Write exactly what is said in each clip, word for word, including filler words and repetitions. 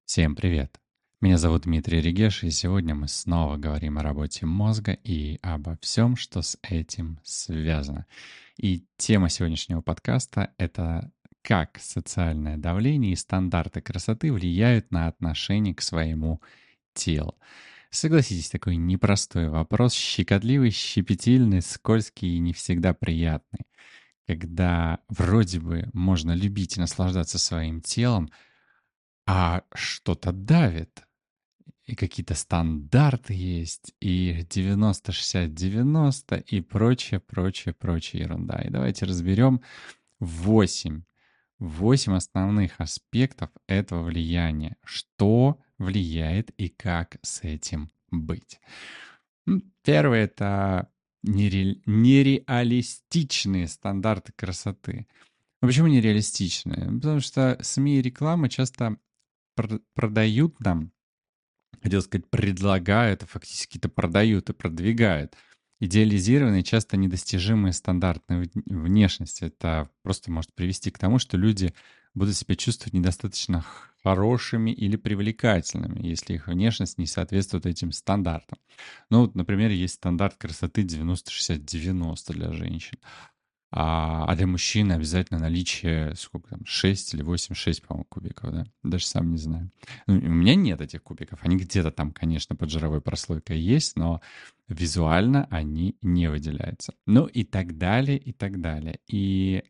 Всем привет! Меня зовут Дмитрий Регеш, и сегодня мы снова говорим о работе мозга и обо всем, что с этим связано. И тема сегодняшнего подкаста — это как социальное давление и стандарты красоты влияют на отношение к своему телу. Согласитесь, такой непростой вопрос, щекотливый, щепетильный, скользкий и не всегда приятный. Когда вроде бы можно любить и наслаждаться своим телом, а что-то давит, и какие-то стандарты есть, и девяносто шестьдесят девяносто, и прочее, прочее, прочее ерунда. И давайте разберем восемь, восемь основных аспектов этого влияния. Что влияет и как с этим быть. М, Первое — это нере- нереалистичные стандарты красоты. Ну, почему нереалистичные? Потому что СМИ и реклама часто пр- продают нам, хотел сказать, предлагают, а фактически это продают и продвигают идеализированные, часто недостижимые стандартные вн- внешности. Это просто может привести к тому, что люди будут себя чувствовать недостаточно х- хорошими или привлекательными, если их внешность не соответствует этим стандартам. Ну, вот, например, есть стандарт красоты девяносто шестьдесят девяносто для женщин. А, а для мужчины обязательно наличие, сколько там, шесть или восемь, шесть, по-моему, кубиков, да? Даже сам не знаю. Ну, у меня нет этих кубиков. Они где-то там, конечно, под жировой прослойкой есть, но визуально они не выделяются. Ну и так далее, и так далее. И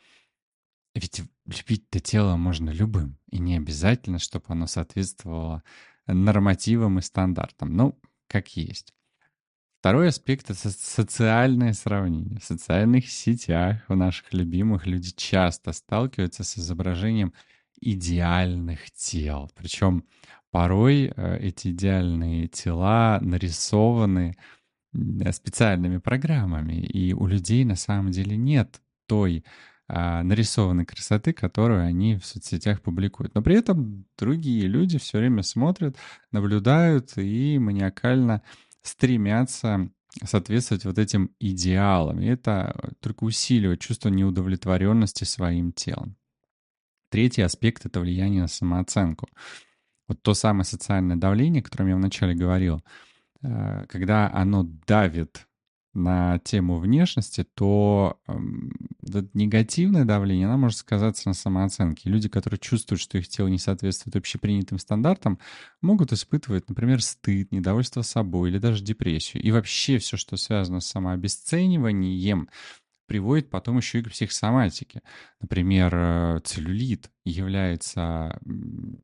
ведь любить-то тело можно любым. И не обязательно, чтобы оно соответствовало нормативам и стандартам. Ну, как есть. Второй аспект — это социальное сравнение. В социальных сетях у наших любимых люди часто сталкиваются с изображением идеальных тел. Причем порой э, эти идеальные тела нарисованы м, специальными программами, и у людей на самом деле нет той а, нарисованной красоты, которую они в соцсетях публикуют. Но при этом другие люди все время смотрят, наблюдают и маниакально стремятся соответствовать вот этим идеалам. И это э, только усиливает чувство неудовлетворенности своим телом. Третий аспект — это влияние на самооценку. Вот то самое социальное давление, о котором я вначале говорил, э, когда оно давит на тему внешности, то эм, вот это негативное давление, оно может сказаться на самооценке. Люди, которые чувствуют, что их тело не соответствует общепринятым стандартам, могут испытывать, например, стыд, недовольство собой или даже депрессию. И вообще все, что связано с самообесцениванием, приводит потом еще и к психосоматике. Например, э, целлюлит является м,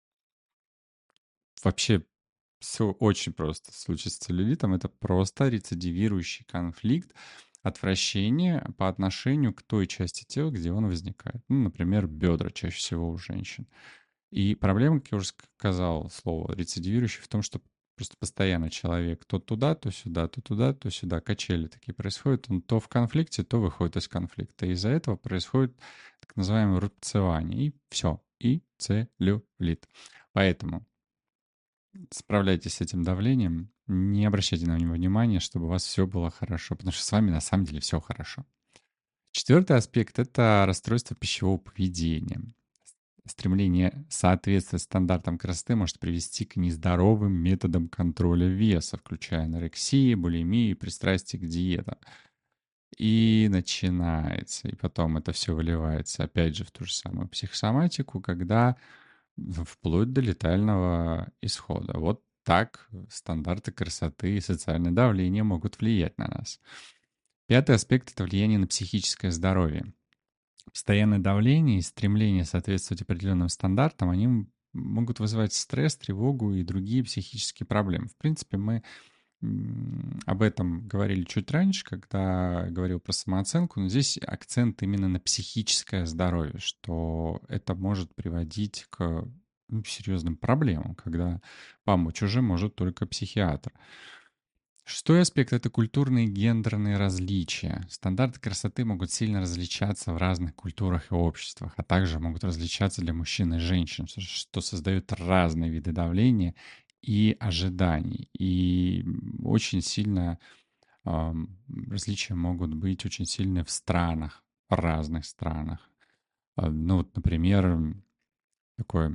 вообще все очень просто. В случае с целлюлитом это просто рецидивирующий конфликт отвращения по отношению к той части тела, где он возникает. Ну, например, бедра чаще всего у женщин. И проблема, как я уже сказал, слово рецидивирующий в том, что просто постоянно человек то туда, то сюда, то туда, то сюда. Качели такие происходят. Он то в конфликте, то выходит из конфликта. Из-за этого происходит так называемое рубцевание. И все. И целлюлит. Поэтому справляйтесь с этим давлением, не обращайте на него внимания, чтобы у вас все было хорошо, потому что с вами на самом деле все хорошо. Четвертый аспект — это расстройство пищевого поведения. Стремление соответствовать стандартам красоты может привести к нездоровым методам контроля веса, включая анорексию, булимию и пристрастие к диетам. И начинается, и потом это все выливается опять же в ту же самую психосоматику, когда в- вплоть до летального исхода. Вот так стандарты красоты и социальное давление могут влиять на нас. Пятый аспект — это влияние на психическое здоровье. Постоянное давление и стремление соответствовать определенным стандартам, они м- могут вызывать стресс, тревогу и другие психические проблемы. В принципе, мы м, об этом говорили чуть раньше, когда говорил про самооценку, но здесь акцент именно на психическое здоровье, что это может приводить к ну, серьезным проблемам, когда помочь уже может только психиатр. Шестой аспект — это культурные и гендерные различия. Стандарты красоты могут сильно различаться в разных культурах и обществах, а также могут различаться для мужчин и женщин, что что создает разные виды давления и ожиданий. И м, очень сильно ам, различия могут быть очень сильны в странах, в разных странах. А, Ну вот, например, м, такое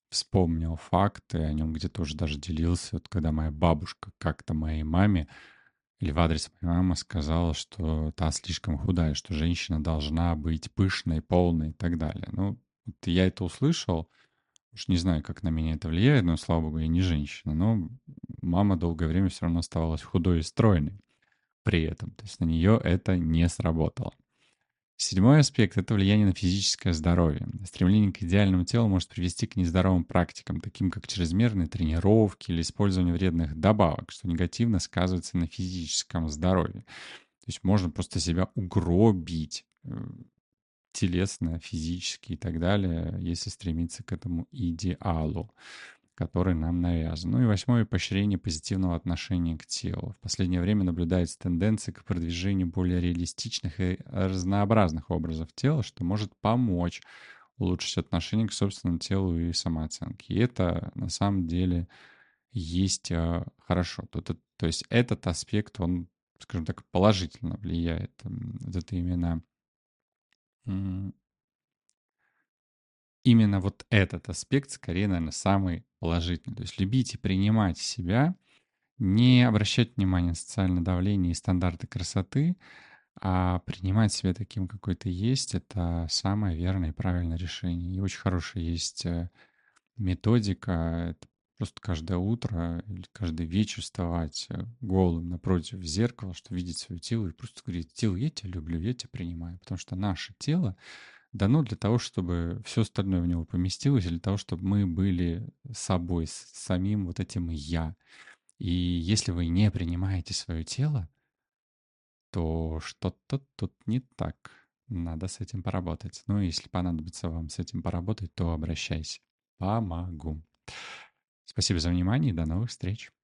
вспомнил факт, и о нем где-то уже даже делился, вот когда моя бабушка как-то моей маме или в адрес моей мамы сказала, что та слишком худая, что женщина должна быть пышной, полной и так далее. Ну, вот я это услышал, уж не знаю, как на меня это влияет, но, слава богу, я не женщина. Но мама долгое время все равно оставалась худой и стройной при этом. То есть на нее это не сработало. Седьмой аспект — это влияние на физическое здоровье. Стремление к идеальному телу может привести к нездоровым практикам, таким как чрезмерные тренировки или использование вредных добавок, что негативно сказывается на физическом здоровье. То есть можно просто себя угробить э, телесно, физически и так далее, если стремиться к этому идеалу, который нам навязан. Ну и восьмое — поощрение позитивного отношения к телу. В последнее время наблюдается тенденция к продвижению более реалистичных и разнообразных образов тела, что может помочь улучшить отношение к собственному телу и самооценке. И это на самом деле есть э, хорошо. То, то, то есть этот аспект, он, скажем так, положительно влияет. М, Вот это именно, м, именно вот этот аспект, скорее, наверное, самый положительный. То есть любить и принимать себя, не обращать внимания на социальное давление и стандарты красоты, а принимать себя таким, какой ты есть — это самое верное и правильное решение. И очень хорошая есть э, методика. Это просто каждое утро или каждый вечер вставать э, голым напротив зеркала, чтобы видеть свое тело и просто говорить: тело, я тебя люблю, я тебя принимаю. Потому что наше тело дано для того, чтобы все остальное в него поместилось, и для того, чтобы мы были собой, с самим вот этим «я». И если вы не принимаете свое тело, то что-то тут не так. Надо с этим поработать. Ну, и если понадобится вам с этим поработать, то обращайся. Помогу. Спасибо за внимание и до новых встреч.